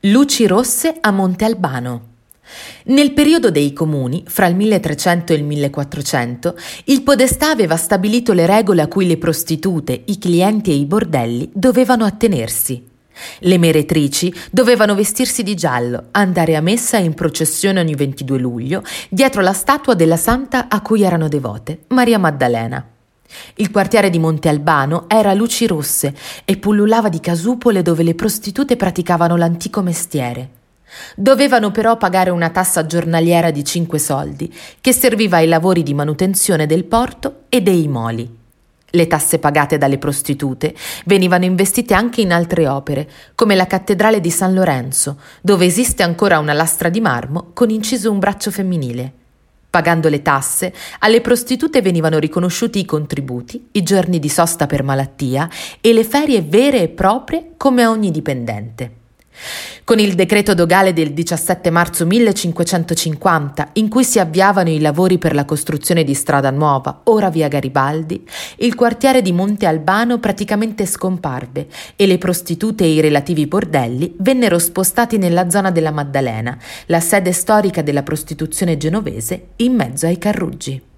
Luci rosse a Monte Albano. Nel periodo dei comuni, fra il 1300 e il 1400, il podestà aveva stabilito le regole a cui le prostitute, i clienti e i bordelli dovevano attenersi. Le meretrici dovevano vestirsi di giallo, andare a messa e in processione ogni 22 luglio, dietro la statua della santa a cui erano devote, Maria Maddalena. Il quartiere di Monte Albano era a luci rosse e pullulava di casupole dove le prostitute praticavano l'antico mestiere. Dovevano però pagare una tassa giornaliera di 5 soldi che serviva ai lavori di manutenzione del porto e dei moli. Le tasse pagate dalle prostitute venivano investite anche in altre opere, come la cattedrale di San Lorenzo, dove esiste ancora una lastra di marmo con inciso un braccio femminile. Pagando le tasse, alle prostitute venivano riconosciuti i contributi, i giorni di sosta per malattia e le ferie vere e proprie come a ogni dipendente. Con il decreto dogale del 17 marzo 1550, in cui si avviavano i lavori per la costruzione di Strada Nuova, ora via Garibaldi, il quartiere di Monte Albano praticamente scomparve e le prostitute e i relativi bordelli vennero spostati nella zona della Maddalena, la sede storica della prostituzione genovese, in mezzo ai Carruggi.